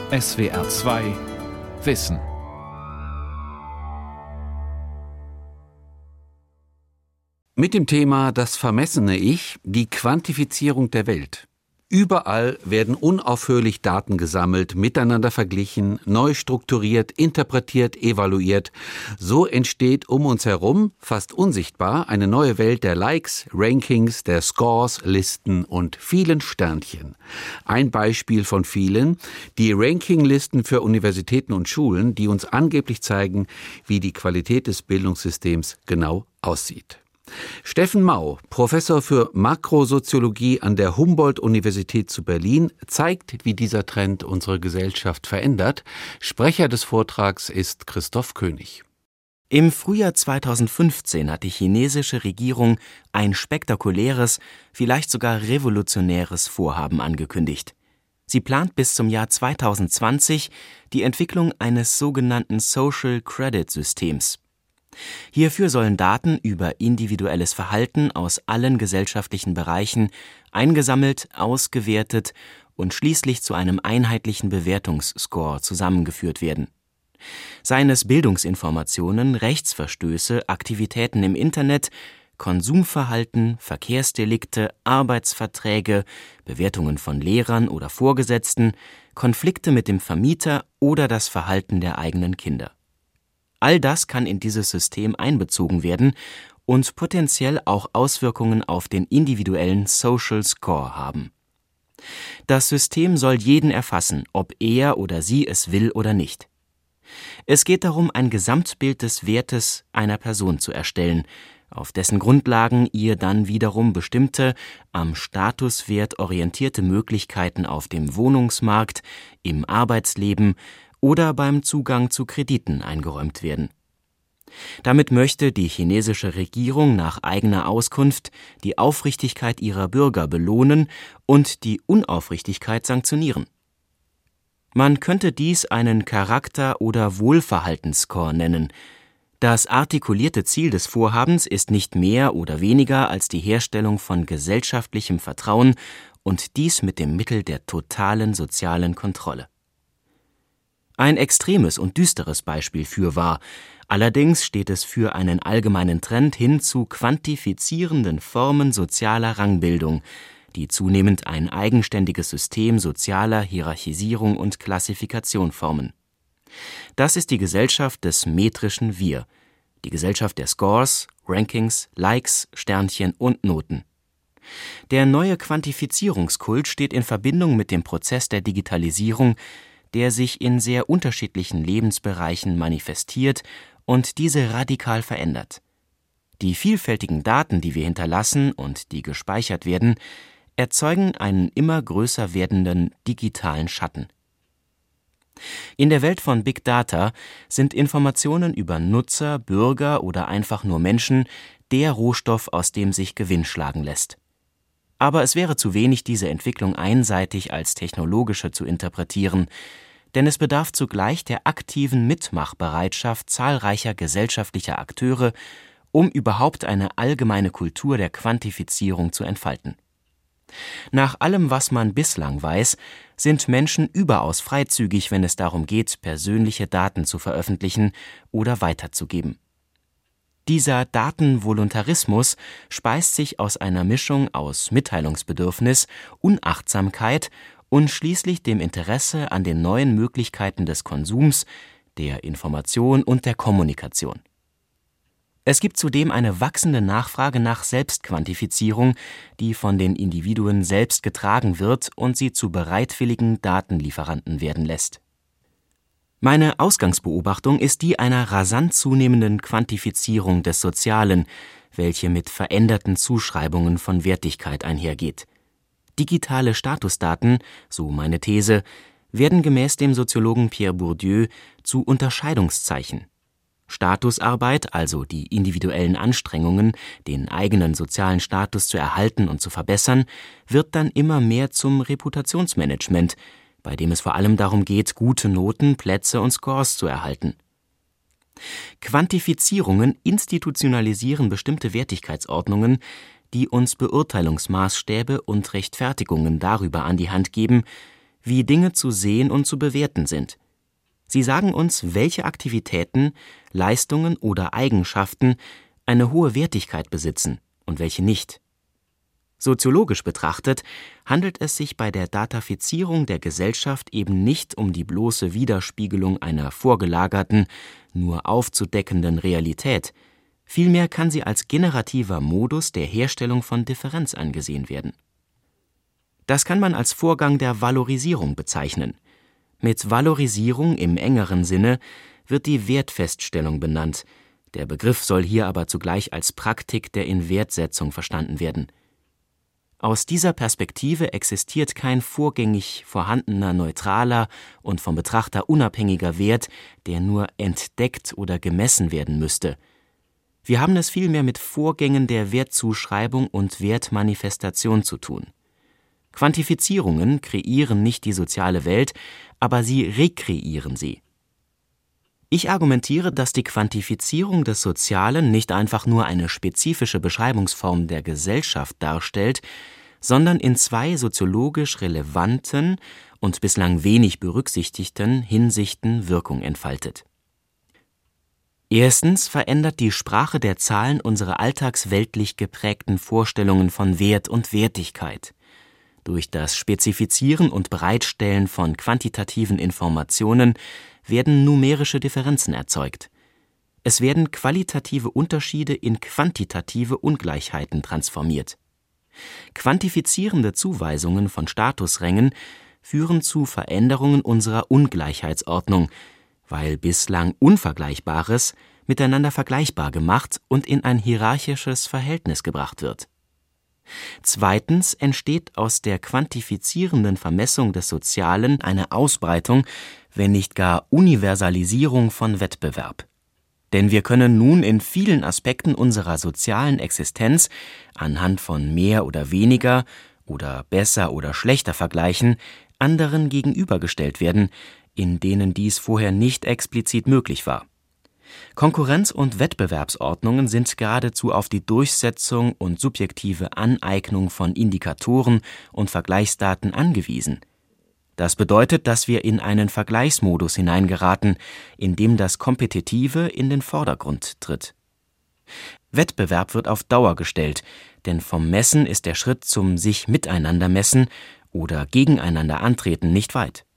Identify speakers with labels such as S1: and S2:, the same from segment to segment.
S1: SWR 2 Wissen. Mit dem Thema Das vermessene Ich, die Quantifizierung der Welt. Überall werden unaufhörlich Daten gesammelt, miteinander verglichen, neu strukturiert, interpretiert, evaluiert. So entsteht um uns herum, fast unsichtbar, eine neue Welt der Likes, Rankings, der Scores, Listen und vielen Sternchen. Ein Beispiel von vielen: die Rankinglisten für Universitäten und Schulen, die uns angeblich zeigen, wie die Qualität des Bildungssystems genau aussieht. Steffen Mau, Professor für Makrosoziologie an der Humboldt-Universität zu Berlin, zeigt, wie dieser Trend unsere Gesellschaft verändert. Sprecher des Vortrags ist Christoph König.
S2: Im Frühjahr 2015 hat die chinesische Regierung ein spektakuläres, vielleicht sogar revolutionäres Vorhaben angekündigt. Sie plant bis zum Jahr 2020 die Entwicklung eines sogenannten Social Credit Systems. Hierfür sollen Daten über individuelles Verhalten aus allen gesellschaftlichen Bereichen eingesammelt, ausgewertet und schließlich zu einem einheitlichen Bewertungsscore zusammengeführt werden. Seien es Bildungsinformationen, Rechtsverstöße, Aktivitäten im Internet, Konsumverhalten, Verkehrsdelikte, Arbeitsverträge, Bewertungen von Lehrern oder Vorgesetzten, Konflikte mit dem Vermieter oder das Verhalten der eigenen Kinder. All das kann in dieses System einbezogen werden und potenziell auch Auswirkungen auf den individuellen Social Score haben. Das System soll jeden erfassen, ob er oder sie es will oder nicht. Es geht darum, ein Gesamtbild des Wertes einer Person zu erstellen, auf dessen Grundlagen ihr dann wiederum bestimmte, am Statuswert orientierte Möglichkeiten auf dem Wohnungsmarkt, im Arbeitsleben oder beim Zugang zu Krediten eingeräumt werden. Damit möchte die chinesische Regierung nach eigener Auskunft die Aufrichtigkeit ihrer Bürger belohnen und die Unaufrichtigkeit sanktionieren. Man könnte dies einen Charakter- oder Wohlverhaltensscore nennen. Das artikulierte Ziel des Vorhabens ist nicht mehr oder weniger als die Herstellung von gesellschaftlichem Vertrauen und dies mit dem Mittel der totalen sozialen Kontrolle. Ein extremes und düsteres Beispiel fürwahr. Allerdings steht es für einen allgemeinen Trend hin zu quantifizierenden Formen sozialer Rangbildung, die zunehmend ein eigenständiges System sozialer Hierarchisierung und Klassifikation formen. Das ist die Gesellschaft des metrischen Wir, die Gesellschaft der Scores, Rankings, Likes, Sternchen und Noten. Der neue Quantifizierungskult steht in Verbindung mit dem Prozess der Digitalisierung, der sich in sehr unterschiedlichen Lebensbereichen manifestiert und diese radikal verändert. Die vielfältigen Daten, die wir hinterlassen und die gespeichert werden, erzeugen einen immer größer werdenden digitalen Schatten. In der Welt von Big Data sind Informationen über Nutzer, Bürger oder einfach nur Menschen der Rohstoff, aus dem sich Gewinn schlagen lässt. Aber es wäre zu wenig, diese Entwicklung einseitig als technologische zu interpretieren, denn es bedarf zugleich der aktiven Mitmachbereitschaft zahlreicher gesellschaftlicher Akteure, um überhaupt eine allgemeine Kultur der Quantifizierung zu entfalten. Nach allem, was man bislang weiß, sind Menschen überaus freizügig, wenn es darum geht, persönliche Daten zu veröffentlichen oder weiterzugeben. Dieser Datenvoluntarismus speist sich aus einer Mischung aus Mitteilungsbedürfnis, Unachtsamkeit und schließlich dem Interesse an den neuen Möglichkeiten des Konsums, der Information und der Kommunikation. Es gibt zudem eine wachsende Nachfrage nach Selbstquantifizierung, die von den Individuen selbst getragen wird und sie zu bereitwilligen Datenlieferanten werden lässt. Meine Ausgangsbeobachtung ist die einer rasant zunehmenden Quantifizierung des Sozialen, welche mit veränderten Zuschreibungen von Wertigkeit einhergeht. Digitale Statusdaten, so meine These, werden gemäß dem Soziologen Pierre Bourdieu zu Unterscheidungszeichen. Statusarbeit, also die individuellen Anstrengungen, den eigenen sozialen Status zu erhalten und zu verbessern, wird dann immer mehr zum Reputationsmanagement, bei dem es vor allem darum geht, gute Noten, Plätze und Scores zu erhalten. Quantifizierungen institutionalisieren bestimmte Wertigkeitsordnungen, die uns Beurteilungsmaßstäbe und Rechtfertigungen darüber an die Hand geben, wie Dinge zu sehen und zu bewerten sind. Sie sagen uns, welche Aktivitäten, Leistungen oder Eigenschaften eine hohe Wertigkeit besitzen und welche nicht. Soziologisch betrachtet handelt es sich bei der Datafizierung der Gesellschaft eben nicht um die bloße Widerspiegelung einer vorgelagerten, nur aufzudeckenden Realität. Vielmehr kann sie als generativer Modus der Herstellung von Differenz angesehen werden. Das kann man als Vorgang der Valorisierung bezeichnen. Mit Valorisierung im engeren Sinne wird die Wertfeststellung benannt. Der Begriff soll hier aber zugleich als Praktik der Inwertsetzung verstanden werden. Aus dieser Perspektive existiert kein vorgängig vorhandener, neutraler und vom Betrachter unabhängiger Wert, der nur entdeckt oder gemessen werden müsste. Wir haben es vielmehr mit Vorgängen der Wertzuschreibung und Wertmanifestation zu tun. Quantifizierungen kreieren nicht die soziale Welt, aber sie rekreieren sie. Ich argumentiere, dass die Quantifizierung des Sozialen nicht einfach nur eine spezifische Beschreibungsform der Gesellschaft darstellt, sondern in zwei soziologisch relevanten und bislang wenig berücksichtigten Hinsichten Wirkung entfaltet. Erstens verändert die Sprache der Zahlen unsere alltagsweltlich geprägten Vorstellungen von Wert und Wertigkeit. Durch das Spezifizieren und Bereitstellen von quantitativen Informationen werden numerische Differenzen erzeugt. Es werden qualitative Unterschiede in quantitative Ungleichheiten transformiert. Quantifizierende Zuweisungen von Statusrängen führen zu Veränderungen unserer Ungleichheitsordnung, weil bislang Unvergleichbares miteinander vergleichbar gemacht und in ein hierarchisches Verhältnis gebracht wird. Zweitens entsteht aus der quantifizierenden Vermessung des Sozialen eine Ausbreitung, wenn nicht gar Universalisierung von Wettbewerb. Denn wir können nun in vielen Aspekten unserer sozialen Existenz anhand von mehr oder weniger oder besser oder schlechter Vergleichen anderen gegenübergestellt werden, in denen dies vorher nicht explizit möglich war. Konkurrenz- und Wettbewerbsordnungen sind geradezu auf die Durchsetzung und subjektive Aneignung von Indikatoren und Vergleichsdaten angewiesen. Das bedeutet, dass wir in einen Vergleichsmodus hineingeraten, in dem das Kompetitive in den Vordergrund tritt. Wettbewerb wird auf Dauer gestellt, denn vom Messen ist der Schritt zum sich miteinander messen oder gegeneinander antreten nicht weit.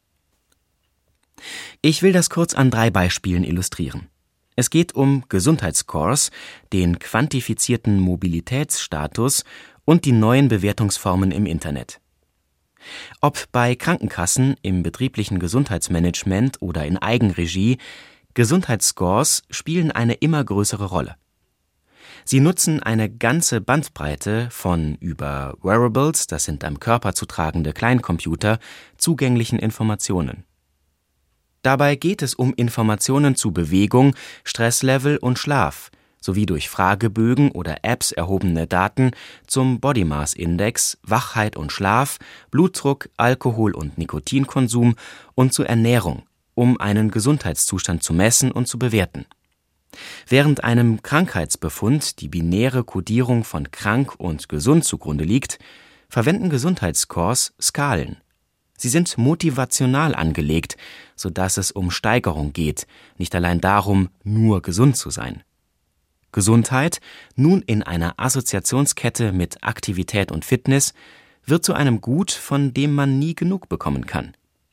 S2: Ich will das kurz an 3 Beispielen illustrieren. Es geht um Gesundheitsscores, den quantifizierten Mobilitätsstatus und die neuen Bewertungsformen im Internet. Ob bei Krankenkassen, im betrieblichen Gesundheitsmanagement oder in Eigenregie, Gesundheitsscores spielen eine immer größere Rolle. Sie nutzen eine ganze Bandbreite von über Wearables, das sind am Körper zu tragende Kleincomputer, zugänglichen Informationen. Dabei geht es um Informationen zu Bewegung, Stresslevel und Schlaf, sowie durch Fragebögen oder Apps erhobene Daten zum Body Mass Index, Wachheit und Schlaf, Blutdruck, Alkohol- und Nikotinkonsum und zur Ernährung, um einen Gesundheitszustand zu messen und zu bewerten. Während einem Krankheitsbefund die binäre Kodierung von krank und gesund zugrunde liegt, verwenden Gesundheitsscores Skalen. Sie sind motivational angelegt, sodass es um Steigerung geht, nicht allein darum, nur gesund zu sein. Gesundheit, nun in einer Assoziationskette mit Aktivität und Fitness, wird zu einem Gut, von dem man nie genug bekommen kann.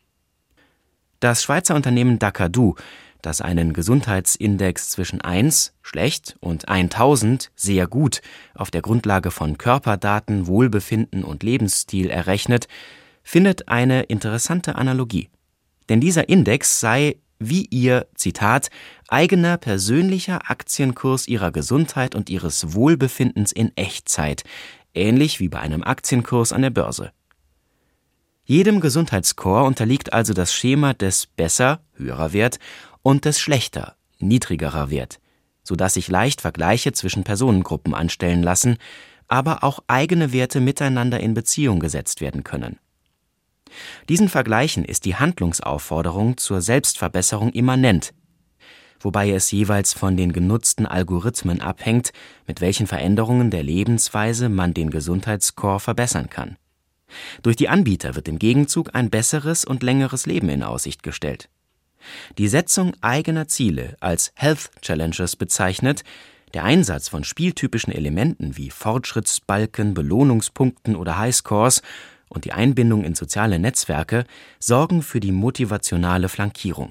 S2: Das Schweizer Unternehmen Dacadou, das einen Gesundheitsindex zwischen 1 schlecht und 1000 sehr gut auf der Grundlage von Körperdaten, Wohlbefinden und Lebensstil errechnet, findet eine interessante Analogie. Denn dieser Index sei wie ihr, Zitat, eigener persönlicher Aktienkurs ihrer Gesundheit und ihres Wohlbefindens in Echtzeit, ähnlich wie bei einem Aktienkurs an der Börse. Jedem Gesundheitsscore unterliegt also das Schema des besser, höherer Wert, und des schlechter, niedrigerer Wert, sodass sich leicht Vergleiche zwischen Personengruppen anstellen lassen, aber auch eigene Werte miteinander in Beziehung gesetzt werden können. Diesen Vergleichen ist die Handlungsaufforderung zur Selbstverbesserung immanent, wobei es jeweils von den genutzten Algorithmen abhängt, mit welchen Veränderungen der Lebensweise man den Gesundheitsscore verbessern kann. Durch die Anbieter wird im Gegenzug ein besseres und längeres Leben in Aussicht gestellt. Die Setzung eigener Ziele, als Health Challenges bezeichnet, der Einsatz von spieltypischen Elementen wie Fortschrittsbalken, Belohnungspunkten oder Highscores und die Einbindung in soziale Netzwerke sorgen für die motivationale Flankierung.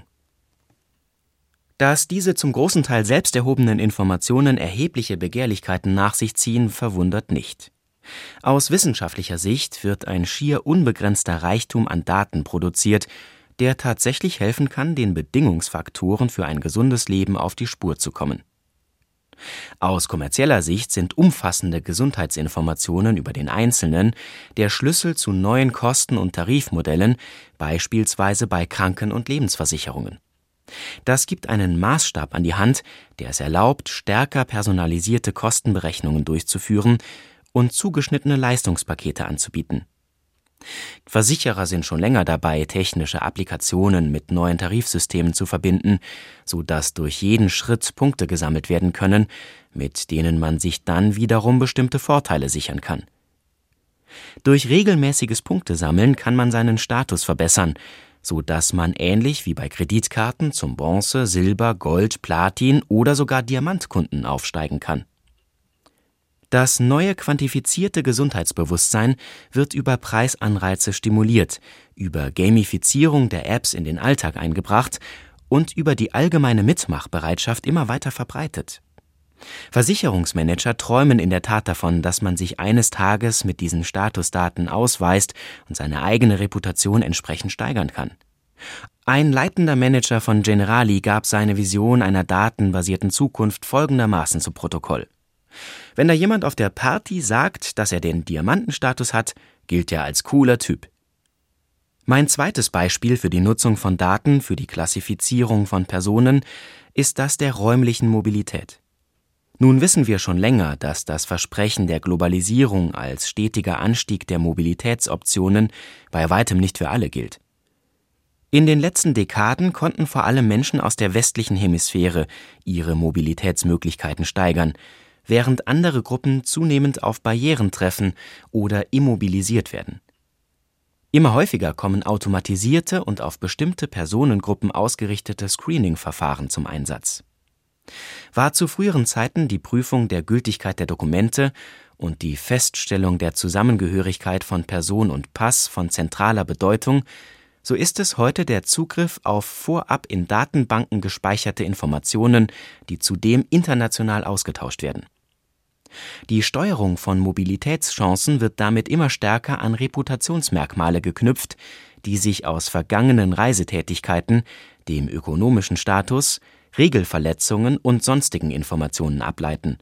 S2: Dass diese zum großen Teil selbst erhobenen Informationen erhebliche Begehrlichkeiten nach sich ziehen, verwundert nicht. Aus wissenschaftlicher Sicht wird ein schier unbegrenzter Reichtum an Daten produziert, der tatsächlich helfen kann, den Bedingungsfaktoren für ein gesundes Leben auf die Spur zu kommen. Aus kommerzieller Sicht sind umfassende Gesundheitsinformationen über den Einzelnen der Schlüssel zu neuen Kosten- und Tarifmodellen, beispielsweise bei Kranken- und Lebensversicherungen. Das gibt einen Maßstab an die Hand, der es erlaubt, stärker personalisierte Kostenberechnungen durchzuführen und zugeschnittene Leistungspakete anzubieten. Versicherer sind schon länger dabei, technische Applikationen mit neuen Tarifsystemen zu verbinden, sodass durch jeden Schritt Punkte gesammelt werden können, mit denen man sich dann wiederum bestimmte Vorteile sichern kann. Durch regelmäßiges Punktesammeln kann man seinen Status verbessern, sodass man ähnlich wie bei Kreditkarten zum Bronze-, Silber-, Gold-, Platin- oder sogar Diamantkunden aufsteigen kann. Das neue quantifizierte Gesundheitsbewusstsein wird über Preisanreize stimuliert, über Gamifizierung der Apps in den Alltag eingebracht und über die allgemeine Mitmachbereitschaft immer weiter verbreitet. Versicherungsmanager träumen in der Tat davon, dass man sich eines Tages mit diesen Statusdaten ausweist und seine eigene Reputation entsprechend steigern kann. Ein leitender Manager von Generali gab seine Vision einer datenbasierten Zukunft folgendermaßen zu Protokoll: Wenn da jemand auf der Party sagt, dass er den Diamantenstatus hat, gilt er als cooler Typ. Mein zweites Beispiel für die Nutzung von Daten für die Klassifizierung von Personen ist das der räumlichen Mobilität. Nun wissen wir schon länger, dass das Versprechen der Globalisierung als stetiger Anstieg der Mobilitätsoptionen bei weitem nicht für alle gilt. In den letzten Dekaden konnten vor allem Menschen aus der westlichen Hemisphäre ihre Mobilitätsmöglichkeiten steigern, während andere Gruppen zunehmend auf Barrieren treffen oder immobilisiert werden. Immer häufiger kommen automatisierte und auf bestimmte Personengruppen ausgerichtete Screening-Verfahren zum Einsatz. War zu früheren Zeiten die Prüfung der Gültigkeit der Dokumente und die Feststellung der Zusammengehörigkeit von Person und Pass von zentraler Bedeutung, so ist es heute der Zugriff auf vorab in Datenbanken gespeicherte Informationen, die zudem international ausgetauscht werden. Die Steuerung von Mobilitätschancen wird damit immer stärker an Reputationsmerkmale geknüpft, die sich aus vergangenen Reisetätigkeiten, dem ökonomischen Status, Regelverletzungen und sonstigen Informationen ableiten.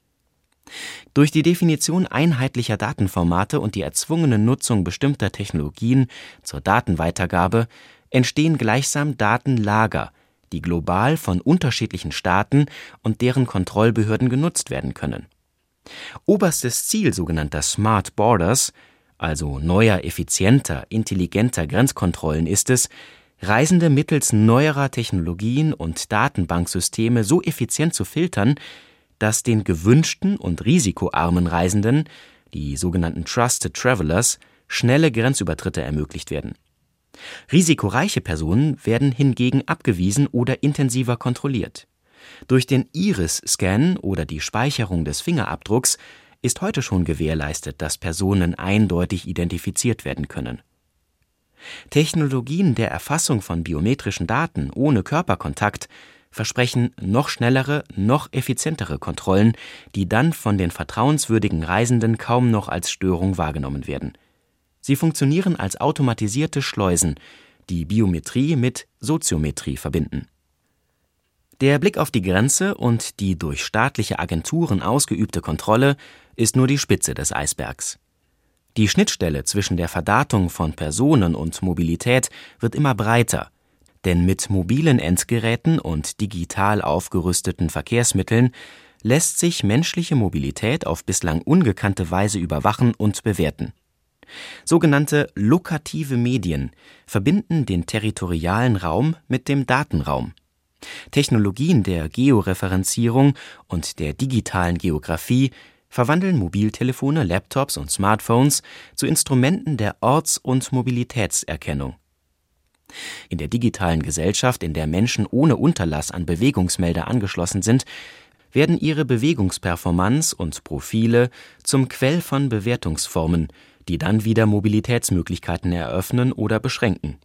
S2: Durch die Definition einheitlicher Datenformate und die erzwungene Nutzung bestimmter Technologien zur Datenweitergabe entstehen gleichsam Datenlager, die global von unterschiedlichen Staaten und deren Kontrollbehörden genutzt werden können. Oberstes Ziel sogenannter Smart Borders, also neuer, effizienter, intelligenter Grenzkontrollen ist es, Reisende mittels neuerer Technologien und Datenbanksysteme so effizient zu filtern, dass den gewünschten und risikoarmen Reisenden, die sogenannten Trusted Travelers, schnelle Grenzübertritte ermöglicht werden. Risikoreiche Personen werden hingegen abgewiesen oder intensiver kontrolliert. Durch den Iris-Scan oder die Speicherung des Fingerabdrucks ist heute schon gewährleistet, dass Personen eindeutig identifiziert werden können. Technologien der Erfassung von biometrischen Daten ohne Körperkontakt versprechen noch schnellere, noch effizientere Kontrollen, die dann von den vertrauenswürdigen Reisenden kaum noch als Störung wahrgenommen werden. Sie funktionieren als automatisierte Schleusen, die Biometrie mit Soziometrie verbinden. Der Blick auf die Grenze und die durch staatliche Agenturen ausgeübte Kontrolle ist nur die Spitze des Eisbergs. Die Schnittstelle zwischen der Verdatung von Personen und Mobilität wird immer breiter, denn mit mobilen Endgeräten und digital aufgerüsteten Verkehrsmitteln lässt sich menschliche Mobilität auf bislang ungekannte Weise überwachen und bewerten. Sogenannte lokative Medien verbinden den territorialen Raum mit dem Datenraum. Technologien der Georeferenzierung und der digitalen Geografie verwandeln Mobiltelefone, Laptops und Smartphones zu Instrumenten der Orts- und Mobilitätserkennung. In der digitalen Gesellschaft, in der Menschen ohne Unterlass an Bewegungsmelder angeschlossen sind, werden ihre Bewegungsperformance und Profile zum Quell von Bewertungsformen, die dann wieder Mobilitätsmöglichkeiten eröffnen oder beschränken.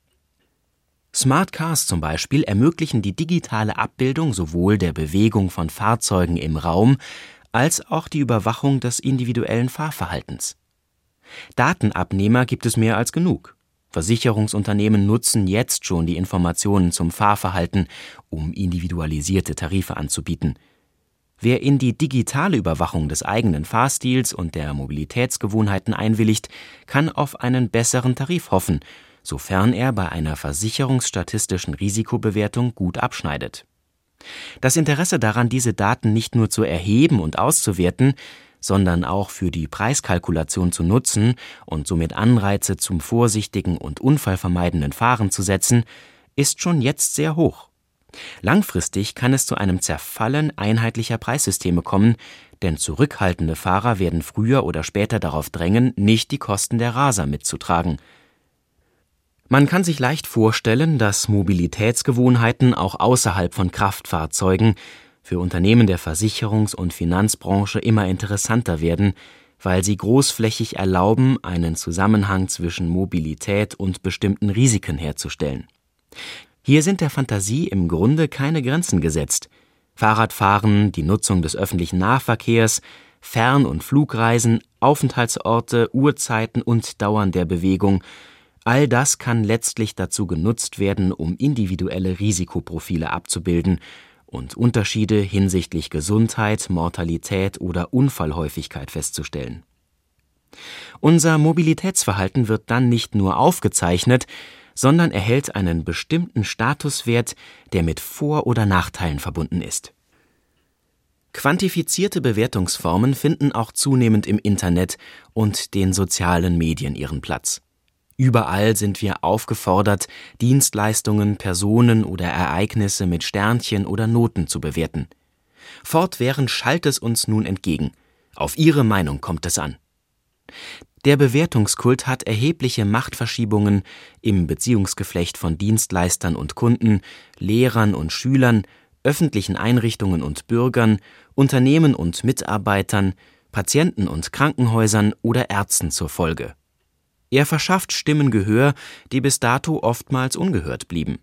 S2: Smart Cars zum Beispiel ermöglichen die digitale Abbildung sowohl der Bewegung von Fahrzeugen im Raum als auch die Überwachung des individuellen Fahrverhaltens. Datenabnehmer gibt es mehr als genug. Versicherungsunternehmen nutzen jetzt schon die Informationen zum Fahrverhalten, um individualisierte Tarife anzubieten. Wer in die digitale Überwachung des eigenen Fahrstils und der Mobilitätsgewohnheiten einwilligt, kann auf einen besseren Tarif hoffen, sofern er bei einer versicherungsstatistischen Risikobewertung gut abschneidet. Das Interesse daran, diese Daten nicht nur zu erheben und auszuwerten, sondern auch für die Preiskalkulation zu nutzen und somit Anreize zum vorsichtigen und unfallvermeidenden Fahren zu setzen, ist schon jetzt sehr hoch. Langfristig kann es zu einem Zerfallen einheitlicher Preissysteme kommen, denn zurückhaltende Fahrer werden früher oder später darauf drängen, nicht die Kosten der Raser mitzutragen. Man kann sich leicht vorstellen, dass Mobilitätsgewohnheiten auch außerhalb von Kraftfahrzeugen für Unternehmen der Versicherungs- und Finanzbranche immer interessanter werden, weil sie großflächig erlauben, einen Zusammenhang zwischen Mobilität und bestimmten Risiken herzustellen. Hier sind der Fantasie im Grunde keine Grenzen gesetzt. Fahrradfahren, die Nutzung des öffentlichen Nahverkehrs, Fern- und Flugreisen, Aufenthaltsorte, Uhrzeiten und Dauern der Bewegung – all das kann letztlich dazu genutzt werden, um individuelle Risikoprofile abzubilden und Unterschiede hinsichtlich Gesundheit, Mortalität oder Unfallhäufigkeit festzustellen. Unser Mobilitätsverhalten wird dann nicht nur aufgezeichnet, sondern erhält einen bestimmten Statuswert, der mit Vor- oder Nachteilen verbunden ist. Quantifizierte Bewertungsformen finden auch zunehmend im Internet und den sozialen Medien ihren Platz. Überall sind wir aufgefordert, Dienstleistungen, Personen oder Ereignisse mit Sternchen oder Noten zu bewerten. Fortwährend schallt es uns nun entgegen. Auf Ihre Meinung kommt es an. Der Bewertungskult hat erhebliche Machtverschiebungen im Beziehungsgeflecht von Dienstleistern und Kunden, Lehrern und Schülern, öffentlichen Einrichtungen und Bürgern, Unternehmen und Mitarbeitern, Patienten und Krankenhäusern oder Ärzten zur Folge. Er verschafft Stimmen Gehör, die bis dato oftmals ungehört blieben.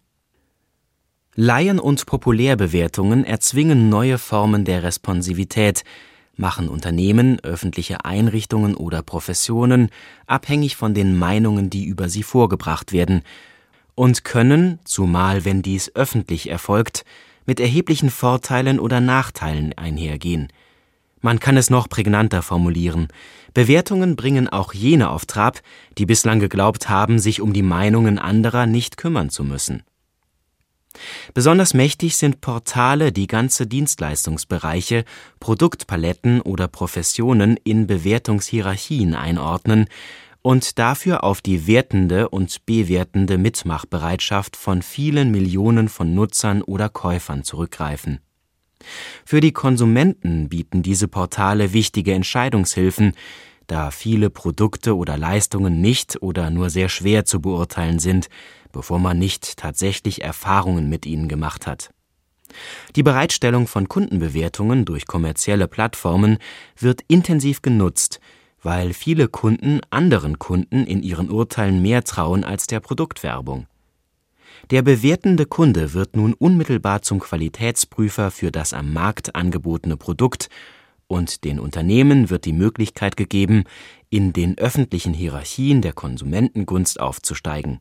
S2: Laien- und Populärbewertungen erzwingen neue Formen der Responsivität, machen Unternehmen, öffentliche Einrichtungen oder Professionen abhängig von den Meinungen, die über sie vorgebracht werden, und können, zumal wenn dies öffentlich erfolgt, mit erheblichen Vorteilen oder Nachteilen einhergehen. Man kann es noch prägnanter formulieren: Bewertungen bringen auch jene auf Trab, die bislang geglaubt haben, sich um die Meinungen anderer nicht kümmern zu müssen. Besonders mächtig sind Portale, die ganze Dienstleistungsbereiche, Produktpaletten oder Professionen in Bewertungshierarchien einordnen und dafür auf die wertende und bewertende Mitmachbereitschaft von vielen Millionen von Nutzern oder Käufern zurückgreifen. Für die Konsumenten bieten diese Portale wichtige Entscheidungshilfen, da viele Produkte oder Leistungen nicht oder nur sehr schwer zu beurteilen sind, bevor man nicht tatsächlich Erfahrungen mit ihnen gemacht hat. Die Bereitstellung von Kundenbewertungen durch kommerzielle Plattformen wird intensiv genutzt, weil viele Kunden anderen Kunden in ihren Urteilen mehr trauen als der Produktwerbung. Der bewertende Kunde wird nun unmittelbar zum Qualitätsprüfer für das am Markt angebotene Produkt, und den Unternehmen wird die Möglichkeit gegeben, in den öffentlichen Hierarchien der Konsumentengunst aufzusteigen.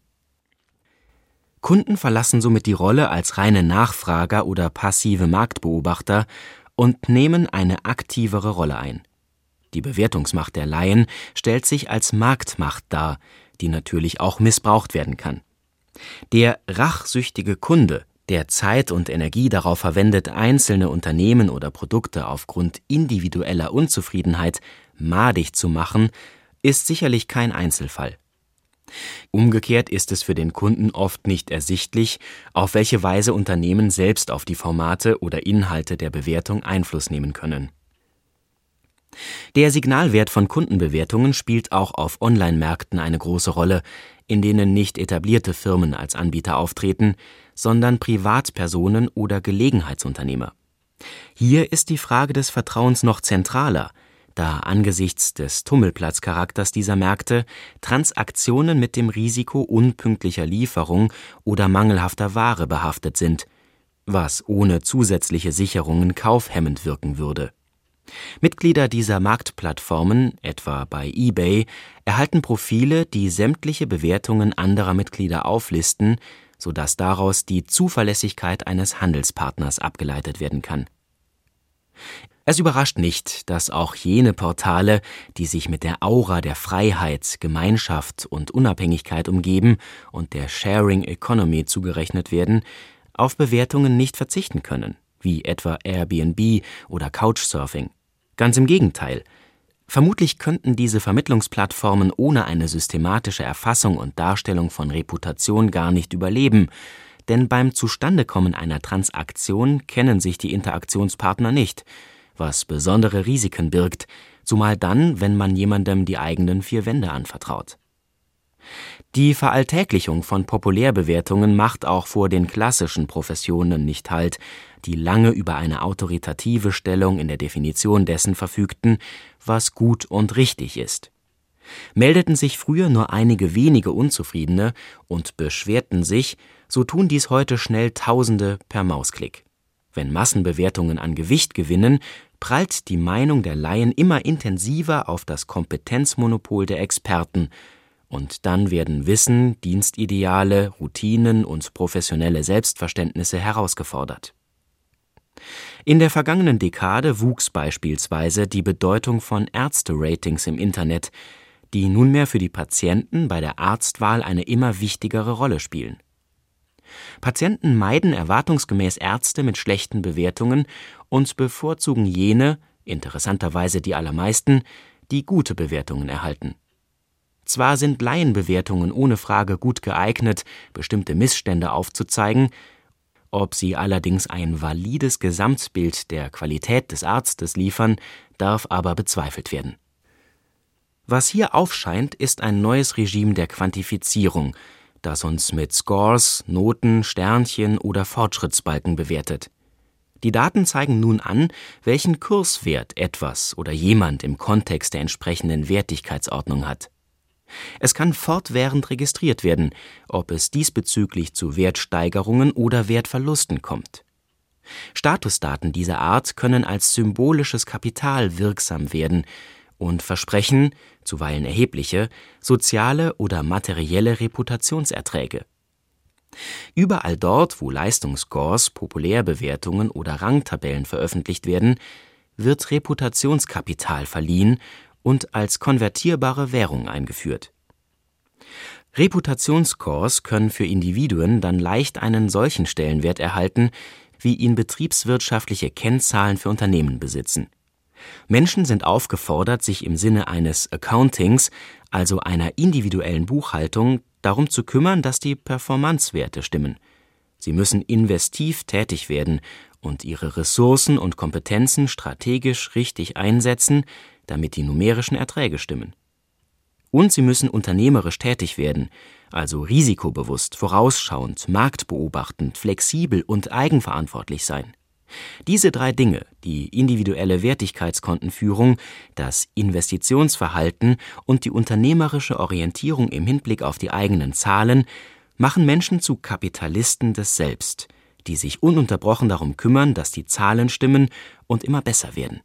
S2: Kunden verlassen somit die Rolle als reine Nachfrager oder passive Marktbeobachter und nehmen eine aktivere Rolle ein. Die Bewertungsmacht der Laien stellt sich als Marktmacht dar, die natürlich auch missbraucht werden kann. Der rachsüchtige Kunde, der Zeit und Energie darauf verwendet, einzelne Unternehmen oder Produkte aufgrund individueller Unzufriedenheit madig zu machen, ist sicherlich kein Einzelfall. Umgekehrt ist es für den Kunden oft nicht ersichtlich, auf welche Weise Unternehmen selbst auf die Formate oder Inhalte der Bewertung Einfluss nehmen können. Der Signalwert von Kundenbewertungen spielt auch auf Online-Märkten eine große Rolle, in denen nicht etablierte Firmen als Anbieter auftreten, sondern Privatpersonen oder Gelegenheitsunternehmer. Hier ist die Frage des Vertrauens noch zentraler, da angesichts des Tummelplatzcharakters dieser Märkte Transaktionen mit dem Risiko unpünktlicher Lieferung oder mangelhafter Ware behaftet sind, was ohne zusätzliche Sicherungen kaufhemmend wirken würde. Mitglieder dieser Marktplattformen, etwa bei eBay, erhalten Profile, die sämtliche Bewertungen anderer Mitglieder auflisten, sodass daraus die Zuverlässigkeit eines Handelspartners abgeleitet werden kann. Es überrascht nicht, dass auch jene Portale, die sich mit der Aura der Freiheit, Gemeinschaft und Unabhängigkeit umgeben und der Sharing Economy zugerechnet werden, auf Bewertungen nicht verzichten können, wie etwa Airbnb oder Couchsurfing. Ganz im Gegenteil. Vermutlich könnten diese Vermittlungsplattformen ohne eine systematische Erfassung und Darstellung von Reputation gar nicht überleben, denn beim Zustandekommen einer Transaktion kennen sich die Interaktionspartner nicht, was besondere Risiken birgt, zumal dann, wenn man jemandem die eigenen vier Wände anvertraut. Die Veralltäglichung von Populärbewertungen macht auch vor den klassischen Professionen nicht Halt, die lange über eine autoritative Stellung in der Definition dessen verfügten, was gut und richtig ist. Meldeten sich früher nur einige wenige Unzufriedene und beschwerten sich, so tun dies heute schnell Tausende per Mausklick. Wenn Massenbewertungen an Gewicht gewinnen, prallt die Meinung der Laien immer intensiver auf das Kompetenzmonopol der Experten, und dann werden Wissen, Dienstideale, Routinen und professionelle Selbstverständnisse herausgefordert. In der vergangenen Dekade wuchs beispielsweise die Bedeutung von Ärzte-Ratings im Internet, die nunmehr für die Patienten bei der Arztwahl eine immer wichtigere Rolle spielen. Patienten meiden erwartungsgemäß Ärzte mit schlechten Bewertungen und bevorzugen jene, interessanterweise die allermeisten, die gute Bewertungen erhalten. Zwar sind Laienbewertungen ohne Frage gut geeignet, bestimmte Missstände aufzuzeigen, ob sie allerdings ein valides Gesamtbild der Qualität des Arztes liefern, darf aber bezweifelt werden. Was hier aufscheint, ist ein neues Regime der Quantifizierung, das uns mit Scores, Noten, Sternchen oder Fortschrittsbalken bewertet. Die Daten zeigen nun an, welchen Kurswert etwas oder jemand im Kontext der entsprechenden Wertigkeitsordnung hat. Es kann fortwährend registriert werden, ob es diesbezüglich zu Wertsteigerungen oder Wertverlusten kommt. Statusdaten dieser Art können als symbolisches Kapital wirksam werden und versprechen, zuweilen erhebliche, soziale oder materielle Reputationserträge. Überall dort, wo Leistungsscores, Populärbewertungen oder Rangtabellen veröffentlicht werden, wird Reputationskapital verliehen und als konvertierbare Währung eingeführt. Reputationsscores können für Individuen dann leicht einen solchen Stellenwert erhalten, wie ihn betriebswirtschaftliche Kennzahlen für Unternehmen besitzen. Menschen sind aufgefordert, sich im Sinne eines Accountings, also einer individuellen Buchhaltung, darum zu kümmern, dass die Performancewerte stimmen. Sie müssen investiv tätig werden und ihre Ressourcen und Kompetenzen strategisch richtig einsetzen, damit die numerischen Erträge stimmen. Und sie müssen unternehmerisch tätig werden, also risikobewusst, vorausschauend, marktbeobachtend, flexibel und eigenverantwortlich sein. Diese drei Dinge, die individuelle Wertigkeitskontenführung, das Investitionsverhalten und die unternehmerische Orientierung im Hinblick auf die eigenen Zahlen, machen Menschen zu Kapitalisten des Selbst, die sich ununterbrochen darum kümmern, dass die Zahlen stimmen und immer besser werden.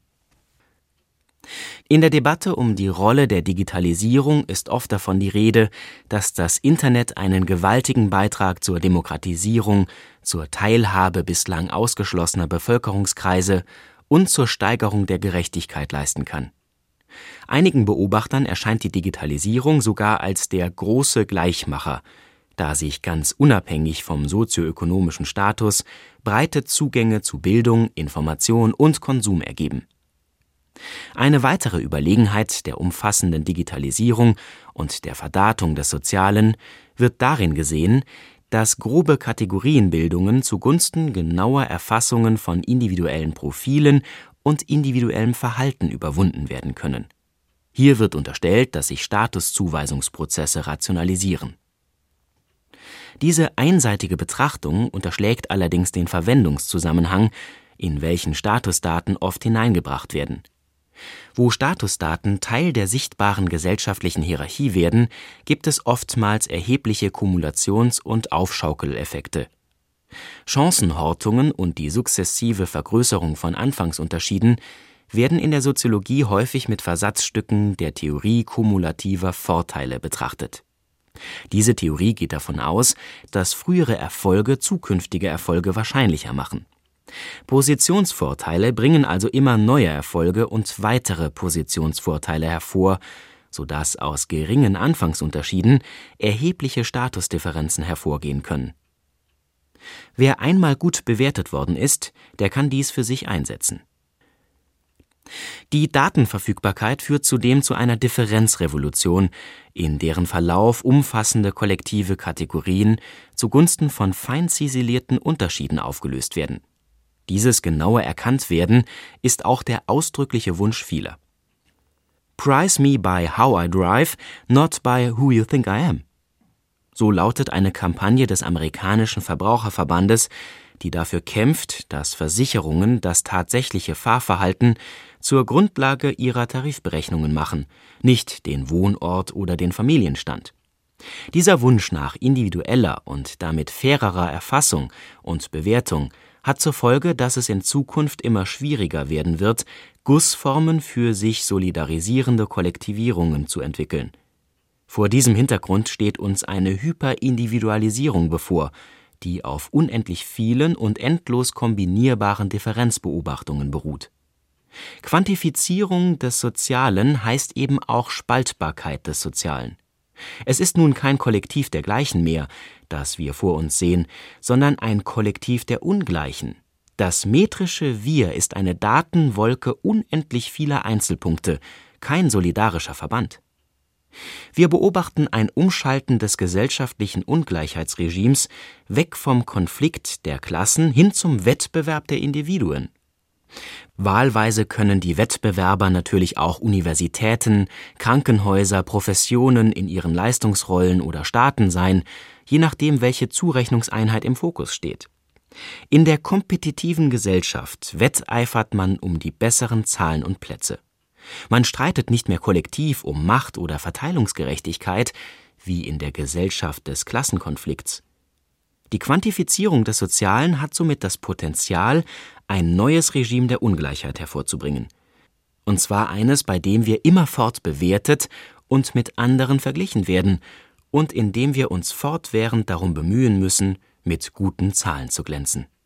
S2: In der Debatte um die Rolle der Digitalisierung ist oft davon die Rede, dass das Internet einen gewaltigen Beitrag zur Demokratisierung, zur Teilhabe bislang ausgeschlossener Bevölkerungskreise und zur Steigerung der Gerechtigkeit leisten kann. Einigen Beobachtern erscheint die Digitalisierung sogar als der große Gleichmacher, da sich ganz unabhängig vom sozioökonomischen Status breite Zugänge zu Bildung, Information und Konsum ergeben. Eine weitere Überlegenheit der umfassenden Digitalisierung und der Verdatung des Sozialen wird darin gesehen, dass grobe Kategorienbildungen zugunsten genauer Erfassungen von individuellen Profilen und individuellem Verhalten überwunden werden können. Hier wird unterstellt, dass sich Statuszuweisungsprozesse rationalisieren. Diese einseitige Betrachtung unterschlägt allerdings den Verwendungszusammenhang, in welchen Statusdaten oft hineingebracht werden. Wo Statusdaten Teil der sichtbaren gesellschaftlichen Hierarchie werden, gibt es oftmals erhebliche Kumulations- und Aufschaukeleffekte. Chancenhortungen und die sukzessive Vergrößerung von Anfangsunterschieden werden in der Soziologie häufig mit Versatzstücken der Theorie kumulativer Vorteile betrachtet. Diese Theorie geht davon aus, dass frühere Erfolge zukünftige Erfolge wahrscheinlicher machen. Positionsvorteile bringen also immer neue Erfolge und weitere Positionsvorteile hervor, sodass aus geringen Anfangsunterschieden erhebliche Statusdifferenzen hervorgehen können. Wer einmal gut bewertet worden ist, der kann dies für sich einsetzen. Die Datenverfügbarkeit führt zudem zu einer Differenzrevolution, in deren Verlauf umfassende kollektive Kategorien zugunsten von fein ziselierten Unterschieden aufgelöst werden. Dieses genaue Erkanntwerden ist auch der ausdrückliche Wunsch vieler. Price me by how I drive, not by who you think I am. So lautet eine Kampagne des amerikanischen Verbraucherverbandes, die dafür kämpft, dass Versicherungen das tatsächliche Fahrverhalten zur Grundlage ihrer Tarifberechnungen machen, nicht den Wohnort oder den Familienstand. Dieser Wunsch nach individueller und damit fairerer Erfassung und Bewertung hat zur Folge, dass es in Zukunft immer schwieriger werden wird, Gussformen für sich solidarisierende Kollektivierungen zu entwickeln. Vor diesem Hintergrund steht uns eine Hyperindividualisierung bevor, die auf unendlich vielen und endlos kombinierbaren Differenzbeobachtungen beruht. Quantifizierung des Sozialen heißt eben auch Spaltbarkeit des Sozialen. Es ist nun kein Kollektiv der Gleichen mehr, das wir vor uns sehen, sondern ein Kollektiv der Ungleichen. Das metrische Wir ist eine Datenwolke unendlich vieler Einzelpunkte, kein solidarischer Verband. Wir beobachten ein Umschalten des gesellschaftlichen Ungleichheitsregimes weg vom Konflikt der Klassen hin zum Wettbewerb der Individuen. Wahlweise können die Wettbewerber natürlich auch Universitäten, Krankenhäuser, Professionen in ihren Leistungsrollen oder Staaten sein, je nachdem, welche Zurechnungseinheit im Fokus steht. In der kompetitiven Gesellschaft wetteifert man um die besseren Zahlen und Plätze. Man streitet nicht mehr kollektiv um Macht oder Verteilungsgerechtigkeit, wie in der Gesellschaft des Klassenkonflikts. Die Quantifizierung des Sozialen hat somit das Potenzial, ein neues Regime der Ungleichheit hervorzubringen. Und zwar eines, bei dem wir immerfort bewertet und mit anderen verglichen werden und in dem wir uns fortwährend darum bemühen müssen, mit guten Zahlen zu glänzen.